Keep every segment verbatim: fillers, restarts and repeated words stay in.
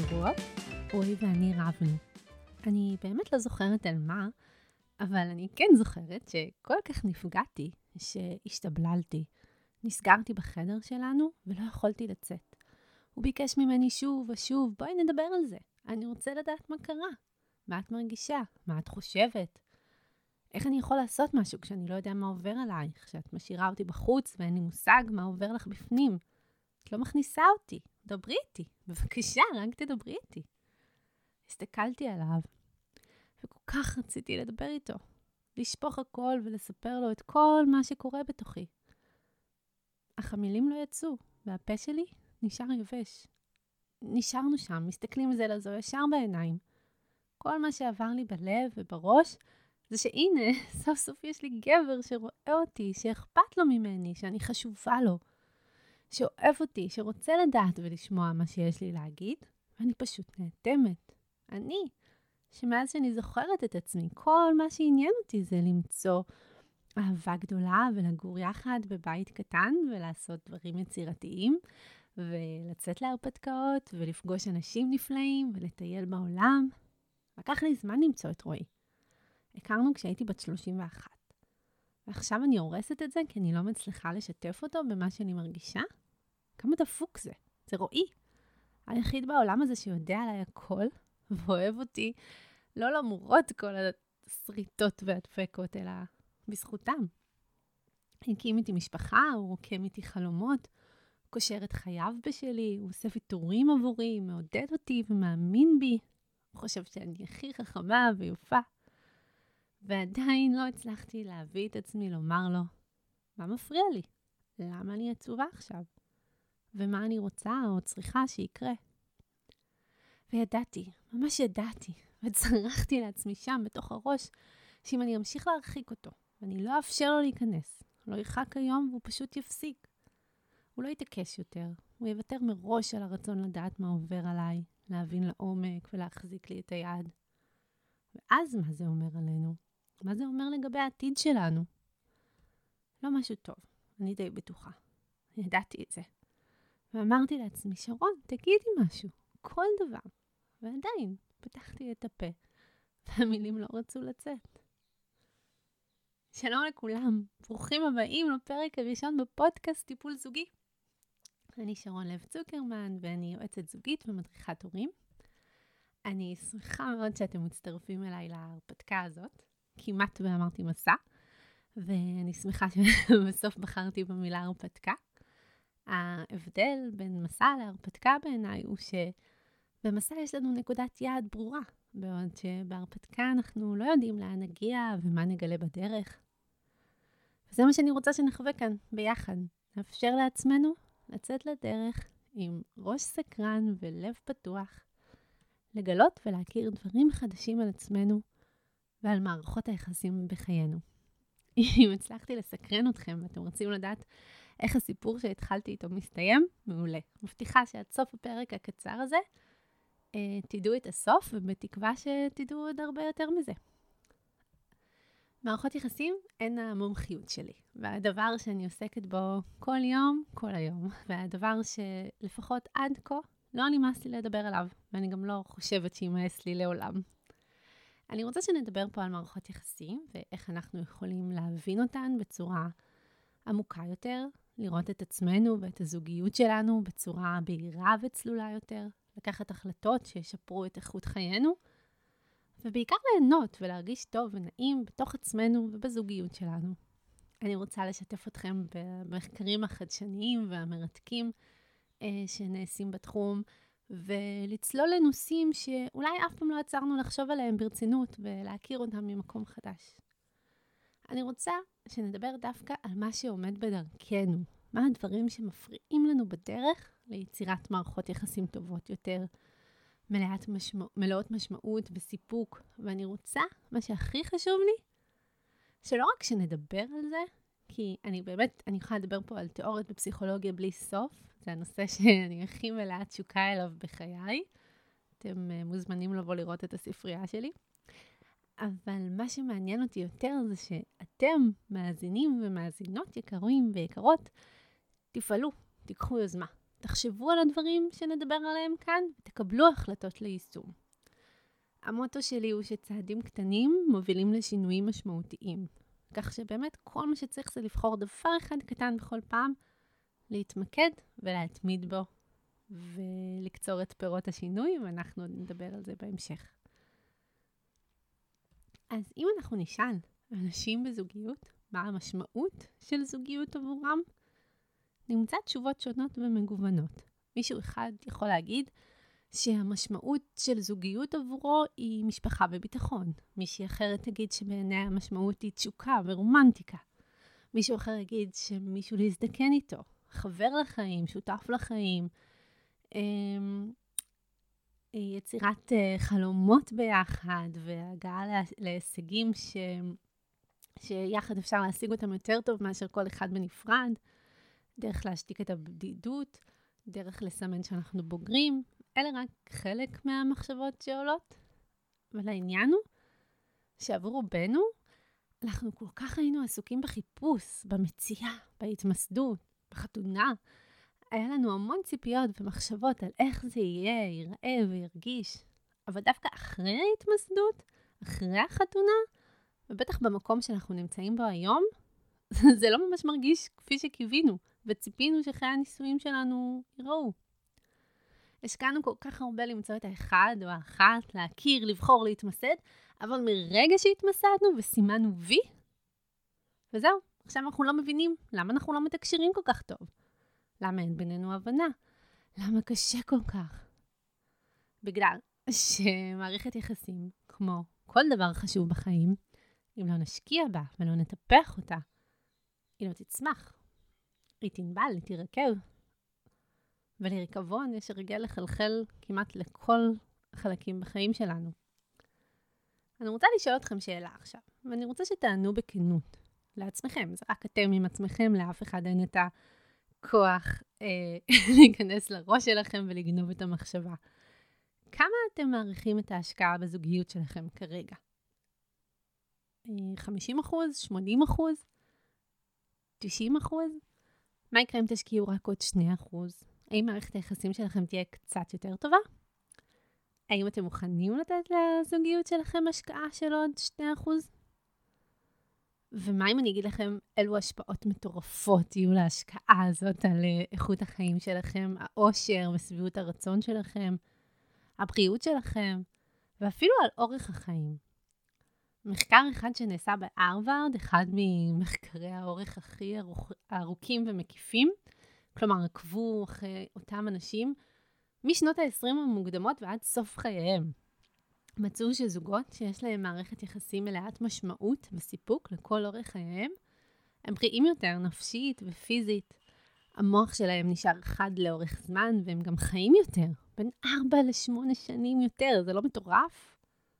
שבועות, רועי ואני רבנו. אני באמת לא זוכרת על מה, אבל אני כן זוכרת שכל כך נפגעתי, שהשתבללתי. נסגרתי בחדר שלנו ולא יכולתי לצאת. הוא ביקש ממני שוב ושוב, בואי נדבר על זה. אני רוצה לדעת מה קרה. מה את מרגישה? מה את חושבת? איך אני יכול לעשות משהו כשאני לא יודע מה עובר עלייך? כשאת משאירה אותי בחוץ ואין לי מושג מה עובר לך בפנים. את לא מכניסה אותי. דברי איתי. בבקשה, רק תדברי איתי. הסתכלתי עליו, וכל כך רציתי לדבר איתו. לשפוך הכל ולספר לו את כל מה שקורה בתוכי. אך המילים לא יצאו, והפה שלי נשאר יבש. נשארנו שם, מסתכלים זה לזו ישר בעיניים. כל מה שעבר לי בלב ובראש, זה שהנה, סוף סוף יש לי גבר שרואה אותי, שאכפת לו ממני, שאני חשובה לו, שאוהב אותי, שרוצה לדעת ולשמוע מה שיש לי להגיד, ואני פשוט נאטמת. אני, שמאז שאני זוכרת את עצמי, כל מה שעניין אותי זה למצוא אהבה גדולה ולגור יחד בבית קטן ולעשות דברים יצירתיים, ולצאת להרפתקאות ולפגוש אנשים נפלאים ולטייל בעולם. לקח לי זמן למצוא את רועי. הכרנו כשהייתי בת שלושים ואחת. ועכשיו אני הורסת את זה כי אני לא מצליחה לשתף אותו במה שאני מרגישה. כמה דפוק זה. זה רועי. היחיד בעולם הזה שיודע עליי הכל ואוהב אותי. לא למרות כל הסריטות והדפקות, אלא בזכותם. הקים איתי משפחה, הוא רוקם איתי חלומות, קושר את חייו בשלי, הוא עושה ויתורים עבורי, מעודד אותי ומאמין בי. הוא חושב שאני הכי חכמה ויופה. ועדיין לא הצלחתי להביא את עצמי לומר לו, מה מפריע לי? למה אני עצובה עכשיו? ומה אני רוצה או צריכה שיקרה? וידעתי, ממש ידעתי, וצרחתי לעצמי שם בתוך הראש, שאם אני אמשיך להרחיק אותו, ואני לא אאפשר לו להיכנס, לא ירחק היום והוא פשוט יפסיק. הוא לא יתעקש יותר, הוא יוותר מראש על הרצון לדעת מה עובר עליי, להבין לעומק ולהחזיק לי את היד. ואז מה זה אומר עלינו? מה זה אומר לגבי העתיד שלנו? לא משהו טוב, אני די בטוחה. ידעתי את זה. ואמרתי לעצמי, שרון, תגידי משהו, כל דבר. ועדיין, פתחתי את הפה, והמילים לא רצו לצאת. שלום לכולם, ברוכים הבאים לפרק הראשון בפודקאסט טיפול זוגי. אני שרון לב צוקרמן, ואני יועצת זוגית ומדריכת הורים. אני שמחה מאוד שאתם מצטרפים אליי להרפתקה הזאת, כמעט ואמרתי מסע, ואני שמחה שבסוף בחרתי במילה הרפתקה. ההבדל בין מסע להרפתקה בעיניי הוא שבמסע יש לנו נקודת יעד ברורה, בעוד שבהרפתקה אנחנו לא יודעים לאן נגיע ומה נגלה בדרך. וזה מה שאני רוצה שנחווה כאן ביחד, לאפשר לעצמנו לצאת לדרך עם ראש סקרן ולב פתוח, לגלות ולהכיר דברים חדשים על עצמנו ועל מערכות היחסים בחיינו. אם הצלחתי לסקרן אתכם ואתם רוצים לדעת איך הסיפור שהתחלתי איתו מסתיים, מעולה. מבטיחה שעד סוף הפרק הקצר הזה, אה, תדעו את הסוף, ובתקווה שתדעו עוד הרבה יותר מזה. מערכות יחסים הן המומחיות שלי, והדבר שאני עוסקת בו כל יום, כל היום, והדבר שלפחות עד כה לא נמאס לי לדבר עליו, ואני גם לא חושבת שימאס לי לעולם. אני רוצה שנדבר פה על מערכות יחסים, ואיך אנחנו יכולים להבין אותן בצורה עמוקה יותר, לראות את עצמנו ואת הזוגיות שלנו בצורה בהירה וצלולה יותר, לקחת החלטות שישפרו את איכות חיינו, ובעיקר ליהנות ולהרגיש טוב ונעים בתוך עצמנו ובזוגיות שלנו. אני רוצה לשתף אתכם במחקרים החדשניים והמרתקים אה, שנעשים בתחום, ולצלול לנושאים שאולי אף פעם לא עצרנו לחשוב עליהם ברצינות ולהכיר אותם ממקום חדש. אני רוצה שנדבר דווקא על מה שעומד בדרכנו, מה הדברים שמפריעים לנו בדרך ליצירת מערכות יחסים טובות יותר, מלאת משמע... מלאות משמעות וסיפוק, ואני רוצה, מה שהכי חשוב לי, שלא רק שנדבר על זה, כי אני באמת, אני יכולה לדבר פה על תיאוריות בפסיכולוגיה בלי סוף, זה הנושא שאני הכי מלאת תשוקה אליו בחיי, אתם uh, מוזמנים לבוא לראות את הספרייה שלי, אבל מה שמעניין אותי יותר זה שאתם מאזינים ומאזינות יקרים ויקרות, תפעלו, תיקחו יוזמה, תחשבו על הדברים שנדבר עליהם כאן, ותקבלו החלטות ליישום. המוטו שלי הוא שצעדים קטנים מובילים לשינויים משמעותיים. כך שבאמת כל מה שצריך זה לבחור דבר אחד קטן בכל פעם, להתמקד ולהתמיד בו, ולקצור את פירות השינוי, ואנחנו נדבר על זה בהמשך. אז אם אנחנו נשאל אנשים בזוגיות, מה המשמעות של זוגיות עבורם? נמצא תשובות שונות ומגוונות. מישהו אחד יכול להגיד שהמשמעות של זוגיות עבורו היא משפחה וביטחון. מישהי אחרת תגיד שבעיני המשמעות היא תשוקה ורומנטיקה. מישהו אחר יגיד שמישהו להזדקן איתו, חבר לחיים, שותף לחיים, יצירת חלומות ביחד והגעה להישגים ש... שיחד אפשר להשיג אותם יותר טוב מאשר כל אחד בנפרד, דרך להשתיק את הבדידות, דרך לסמן שאנחנו בוגרים. אלה רק חלק מהמחשבות שעולות. אבל העניין הוא שעבור רובנו אנחנו כל כך היינו עסוקים בחיפוש, במציאה, בהתמסדות, בחתונה. היה לנו המון ציפיות ומחשבות על איך זה יהיה, ייראה וירגיש. אבל דווקא אחרי ההתמסדות, אחרי החתונה, ובטח במקום שאנחנו נמצאים בו היום, זה לא ממש מרגיש כפי שקיווינו, וציפינו שחיי הנישואים שלנו ייראו. השקענו כל כך הרבה למצוא את האחד או האחת, להכיר, לבחור, להתמסד, אבל מרגע שהתמסדנו וסימנו וי, וזהו, עכשיו אנחנו לא מבינים למה אנחנו לא מתקשרים כל כך טוב. למה אין בינינו הבנה? למה קשה כל כך? בגלל שמערכת יחסים, כמו כל דבר חשוב בחיים, אם לא נשקיע בה ולא נטפח אותה, היא לא תצמח. היא תנבל, היא תירקב. ולרקבון יש הרגל לחלחל כמעט לכל החלקים בחיים שלנו. אני רוצה לשאול אתכם שאלה עכשיו, ואני רוצה שתענו בכנות לעצמכם. זה רק אתם עם עצמכם, לאף אחד אין את הכוח אה, להיכנס לראש שלכם ולגנוב את המחשבה. כמה אתם מעריכים את ההשקעה בזוגיות שלכם כרגע? חמישים אחוז, שמונים אחוז, תשעים אחוז? מה יקרה אם תשקיעו רק עוד שני אחוז? האם מערכת היחסים שלכם תהיה קצת יותר טובה? האם אתם מוכנים לתת לזוגיות שלכם השקעה של עוד שני אחוז? ומה אם אני אגיד לכם אילו השפעות מטורפות יהיו להשקעה הזאת על איכות החיים שלכם, האושר וסביבות הרצון שלכם, הבריאות שלכם, ואפילו על אורך החיים? מחקר אחד שנעשה בהרווארד, אחד ממחקרי האורך הכי ארוכ... ארוכים ומקיפים, כלומר, עקבו אחרי אותם אנשים, משנות ה-עשרים המוקדמות ועד סוף חייהם. מצאו שזוגות שיש להם מערכת יחסים מלאת משמעות וסיפוק לכל אורך חייהם, הם בריאים יותר נפשית ופיזית. המוח שלהם נשאר חד לאורך זמן, והם גם חיים יותר, בין ארבע לשמונה שנים יותר, זה לא מטורף?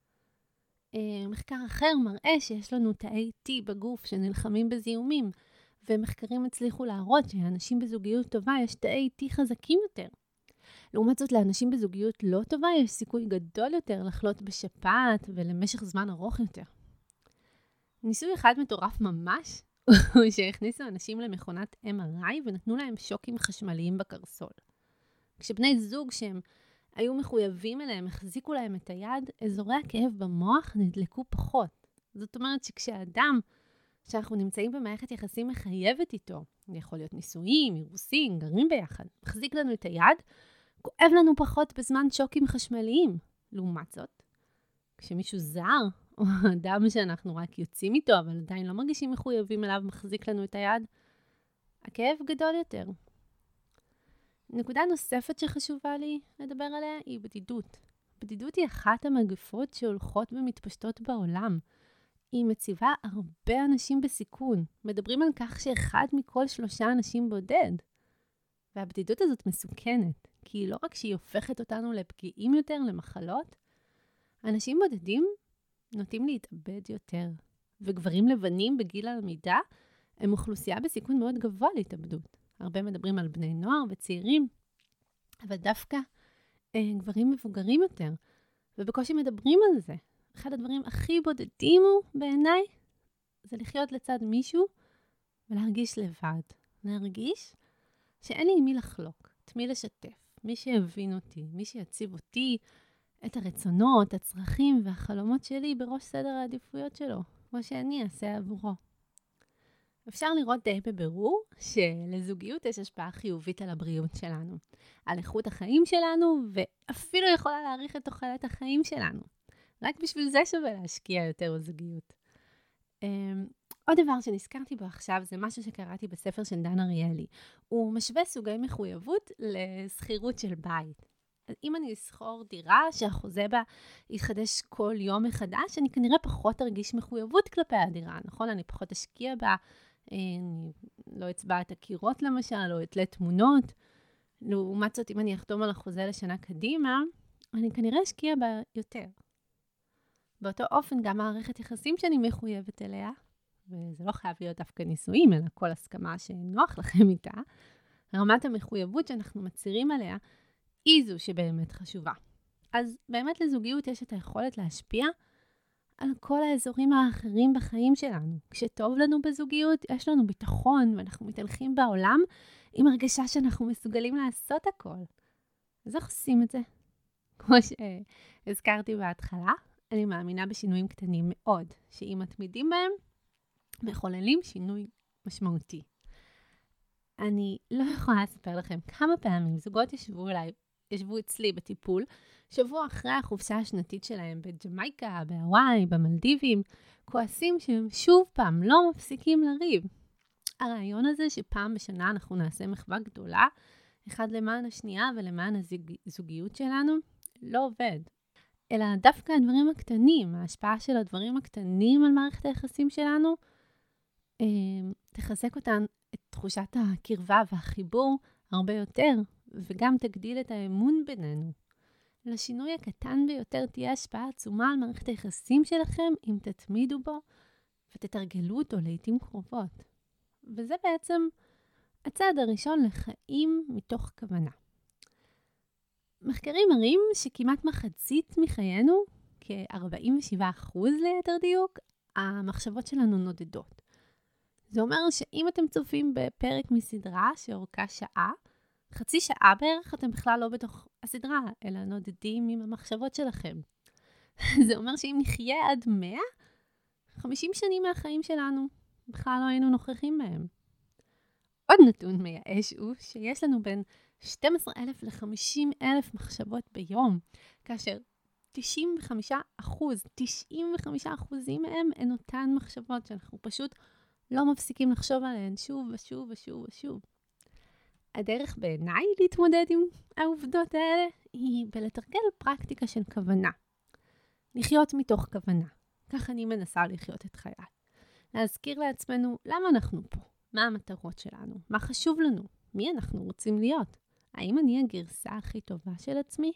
מחקר אחר מראה שיש לנו תאי T בגוף שנלחמים בזיהומים, ומחקרים הצליחו להראות שאנשים בזוגיות טובה יש תאי T חזקים יותר. לעומת זאת, לאנשים בזוגיות לא טובה יש סיכוי גדול יותר לחלות בשפעת ולמשך זמן ארוך יותר. ניסוי אחד מטורף ממש הוא שהכניסו אנשים למכונת אם אר איי ונתנו להם שוקים חשמליים בקרסול. כשבני זוג שהם היו מחויבים אליהם, החזיקו להם את היד, אזורי הכאב במוח נדלקו פחות. זאת אומרת שכשאדם שאנחנו נמצאים במערכת יחסים מחייבת איתו, זה יכול להיות נישואים, אירוסים, גרים ביחד, מחזיק לנו את היד, כואב לנו פחות בזמן שוקים חשמליים. לעומת זאת, כשמישהו זר, או אדם שאנחנו רק יוצאים איתו, אבל עדיין לא מרגישים מחויבים אליו, מחזיק לנו את היד, הכאב גדול יותר. נקודה נוספת שחשובה לי לדבר עליה היא בדידות. בדידות היא אחת המגפות שהולכות ומתפשטות בעולם. היא מציבה הרבה אנשים בסיכון. מדברים על כך שאחד מכל שלושה אנשים בודד. והבדידות הזאת מסוכנת, כי היא לא רק שהיא הופכת אותנו לפגיעים יותר, למחלות, אנשים בודדים נוטים להתאבד יותר. וגברים לבנים בגיל העמידה הם אוכלוסייה בסיכון מאוד גבוה להתאבדות. הרבה מדברים על בני נוער וצעירים, אבל דווקא אה, גברים מבוגרים יותר, ובקושי מדברים על זה. אחד הדברים הכי בודדים הוא בעיניי, זה לחיות לצד מישהו ולהרגיש לבד. להרגיש שאין לי עם מי לחלוק. את מי לשתף, מי שיבין אותי, מי שיציב אותי, את הרצונות, הצרכים והחלומות שלי בראש סדר העדיפויות שלו, כמו שאני אעשה עבורו. אפשר לראות די בבירור שלזוגיות יש השפעה חיובית על הבריאות שלנו, על איכות החיים שלנו, ואפילו יכולה להאריך את תוחלת החיים שלנו. רק בשביל זה שווה להשקיע יותר בזוגיות. עוד דבר שנזכרתי בו עכשיו, זה משהו שקראתי בספר של דן אריאלי. הוא משווה סוגי מחויבות לסחירות של בית. אז אם אני אסחור דירה שהחוזה בה יתחדש כל יום מחדש, אני כנראה פחות ארגיש מחויבות כלפי הדירה, נכון? אני פחות אשקיע בה, אני לא אצבע את הקירות למשל, או אתלה תמונות. לעומת זאת, אם אני אחתום על החוזה לשנה קדימה, אני כנראה אשקיע בה יותר. באותו אופן, גם מערכת יחסים שאני מחויבת אליה, וזה לא חייב להיות דווקא נישואים, אלא כל הסכמה שנוח לכם איתה, רמת המחויבות שאנחנו מצירים עליה, היא זו שבאמת חשובה. אז באמת לזוגיות יש את היכולת להשפיע על כל האזורים האחרים בחיים שלנו. כשטוב לנו בזוגיות, יש לנו ביטחון, ואנחנו מתהלכים בעולם עם הרגשה שאנחנו מסוגלים לעשות הכל. אז איך עושים את זה? כמו שהזכרתי בהתחלה, אני מאמינה בשינויים קטנים מאוד, שאם מתמידים בהם, מחוללים שינוי משמעותי. אני לא יכולה לספר לכם כמה פעמים זוגות ישבו אליי, ישבו אצלי בטיפול, שבוע אחרי החופשה השנתית שלהם בג'מייקה, בהוואי, במלדיבים, כועסים שהם שוב פעם לא מפסיקים לריב. הרעיון הזה שפעם בשנה אנחנו נעשה מחווה גדולה, אחד למען השנייה ולמען הזוגיות שלנו, לא עובד. אלא דווקא הדברים הקטנים, ההשפעה של הדברים הקטנים על מערכת היחסים שלנו, תחזק אותן את תחושת הקרבה והחיבור הרבה יותר, וגם תגדיל את האמון בינינו. לשינוי הקטן ביותר תהיה השפעה עצומה על מערכת היחסים שלכם, אם תתמידו בו ותתרגלו אותו לעתים קרובות. וזה בעצם הצעד הראשון לחיים מתוך כוונה. מחקרים מראים שכמעט מחצית מחיינו, כ-ארבעים ושבעה אחוז ליתר דיוק, המחשבות שלנו נודדות. זה אומר שאם אתם צופים בפרק מסדרה שאורכה שעה, חצי שעה בערך אתם בכלל לא בתוך הסדרה, אלא נודדים עם המחשבות שלכם. זה אומר שאם נחיה עד מאה, חמישים שנים מהחיים שלנו בכלל לא היינו נוכחים בהם. עוד נתון מייאש הוא שיש לנו בין שנים עשר אלף ל-חמישים אלף מחשבות ביום, כאשר תשעים וחמישה אחוז, תשעים וחמישה אחוזים מהם הן אותן מחשבות שאנחנו פשוט לא מפסיקים לחשוב עליהן שוב ושוב ושוב ושוב. הדרך בעיניי להתמודד עם העובדות האלה היא בלתרגל פרקטיקה של כוונה. לחיות מתוך כוונה. כך אני מנסה לחיות את חיי. להזכיר לעצמנו למה אנחנו פה, מה המטרות שלנו, מה חשוב לנו, מי אנחנו רוצים להיות. האם אני הגרסה הכי טובה של עצמי?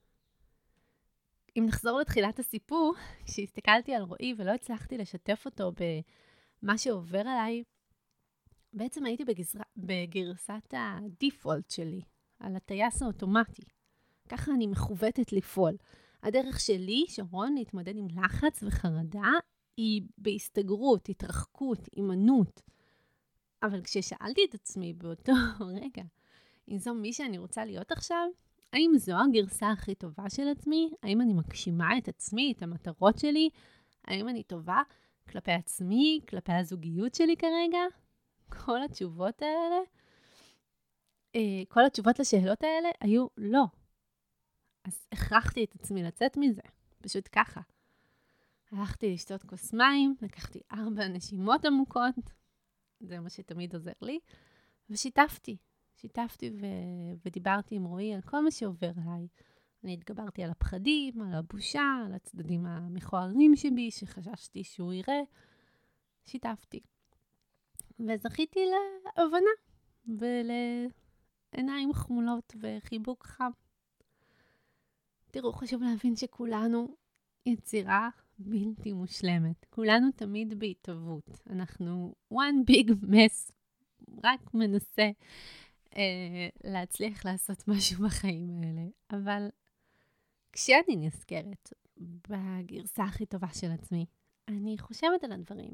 אם נחזור לתחילת הסיפור, כשהסתכלתי על רועי ולא הצלחתי לשתף אותו במה שעובר עליי, בעצם הייתי בגזרה, בגרסת הדיפולט שלי, על הטייס האוטומטי. ככה אני מכוותת לפעול. הדרך שלי, שרון, להתמודד עם לחץ וחרדה, היא בהסתגרות, התרחקות, אימנות. אבל כששאלתי את עצמי באותו רגע, אם זו מי שאני רוצה להיות עכשיו, האם זו הגרסה הכי טובה של עצמי? האם אני מגשימה את עצמי, את המטרות שלי? האם אני טובה כלפי עצמי, כלפי הזוגיות שלי כרגע? כל התשובות האלה, כל התשובות לשאלות האלה היו לא. אז הכרחתי את עצמי לצאת מזה, פשוט ככה. הלכתי לשתות כוס מים, לקחתי ארבע נשימות עמוקות, זה מה שתמיד עוזר לי, ושיתפתי. שיתפתי ו- ודיברתי עם רועי על כל מה שעובר עליי. אני התגברתי על הפחדים, על הבושה, על הצדדים המכוערים שבי, שחששתי שהוא יראה. שיתפתי. וזכיתי להבנה ולעיניים חמולות וחיבוק חם. תראו, חשוב להבין שכולנו יצירה בלתי מושלמת. כולנו תמיד בהתהוות. אנחנו one big mess, רק מנסה אה, להצליח לעשות משהו בחיים האלה. אבל כשאני נזכרת בגרסה הכי טובה של עצמי, אני חושבת על הדברים.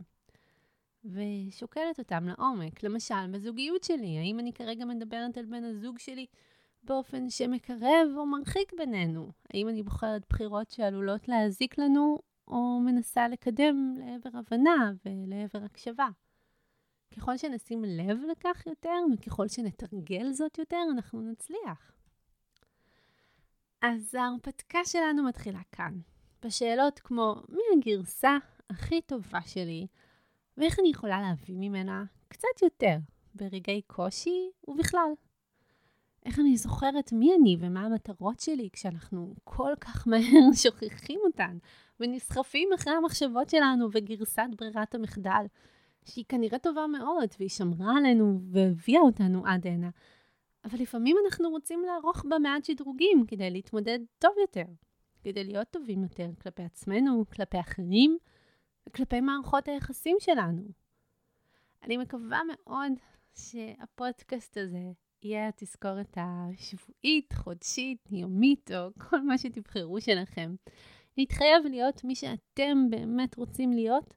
ושוקלת אותם לעומק. למשל, בזוגיות שלי, האם אני כרגע מדברת על בן הזוג שלי באופן שמקרב או מרחיק בינינו? האם אני בוחרת בחירות שעלולות להזיק לנו, או מנסה לקדם לעבר הבנה ולעבר הקשבה? ככל שנשים לב לכך יותר, וככל שנתרגל זאת יותר, אנחנו נצליח. אז ההרפתקה שלנו מתחילה כאן, בשאלות כמו מי הגרסה הכי טובה שלי, ואיך אני יכולה להביא ממנה קצת יותר ברגעי קושי ובכלל. איך אני זוכרת מי אני ומה המטרות שלי כשאנחנו כל כך מהר שוכחים אותן ונסחפים אחרי המחשבות שלנו וגרסת ברירת המחדל, שהיא כנראה טובה מאוד והיא שמרה עלינו והביאה אותנו עד הנה. אבל לפעמים אנחנו רוצים לערוך בה מעט שדרוגים כדי להתמודד טוב יותר, כדי להיות טובים יותר כלפי עצמנו, כלפי אחרים וכלפי מערכות היחסים שלנו. אני מקווה מאוד שהפודקאסט הזה יהיה התזכורת השבועית, חודשית, יומית או כל מה שתבחרו שלכם. להתחייב להיות מי שאתם באמת רוצים להיות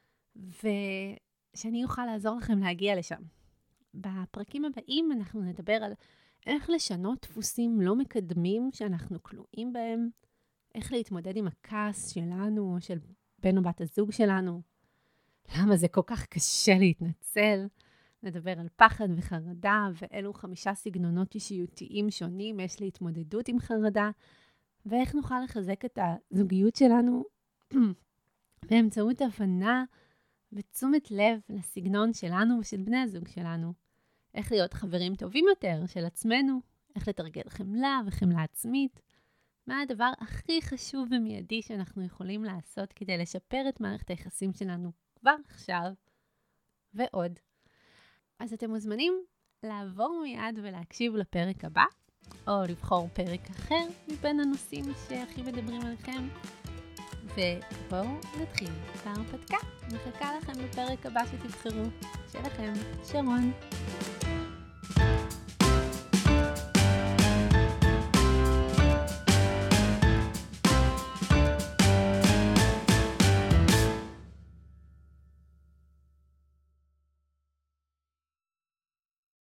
ושאני אוכל לעזור לכם להגיע לשם. בפרקים הבאים אנחנו נדבר על איך לשנות דפוסים לא מקדמים שאנחנו כלואים בהם, איך להתמודד עם הכעס שלנו או של בן או בת הזוג שלנו, למה זה כל כך קשה להתנצל, נדבר על פחד וחרדה ואילו חמישה סגנונות אישיותיים שונים יש להתמודדות עם חרדה, ואיך נוכל לחזק את הזוגיות שלנו באמצעות הבנה ותשומת לב לסגנון שלנו ושל בני הזוג שלנו. איך להיות חברים טובים יותר של עצמנו, איך לתרגל חמלה וחמלה עצמית, מה הדבר הכי חשוב ומיידי שאנחנו יכולים לעשות כדי לשפר את מערכת היחסים שלנו כבר עכשיו, ועוד. אז אתם מוזמנים לעבור מיד ולהקשיב לפרק הבא, או לבחור פרק אחר מבין הנושאים שהכי מדברים עליכם, ובואו נתחיל בהרפתקה. מחכה לכם בפרק הבא שתבחרו. שלכם, שרון.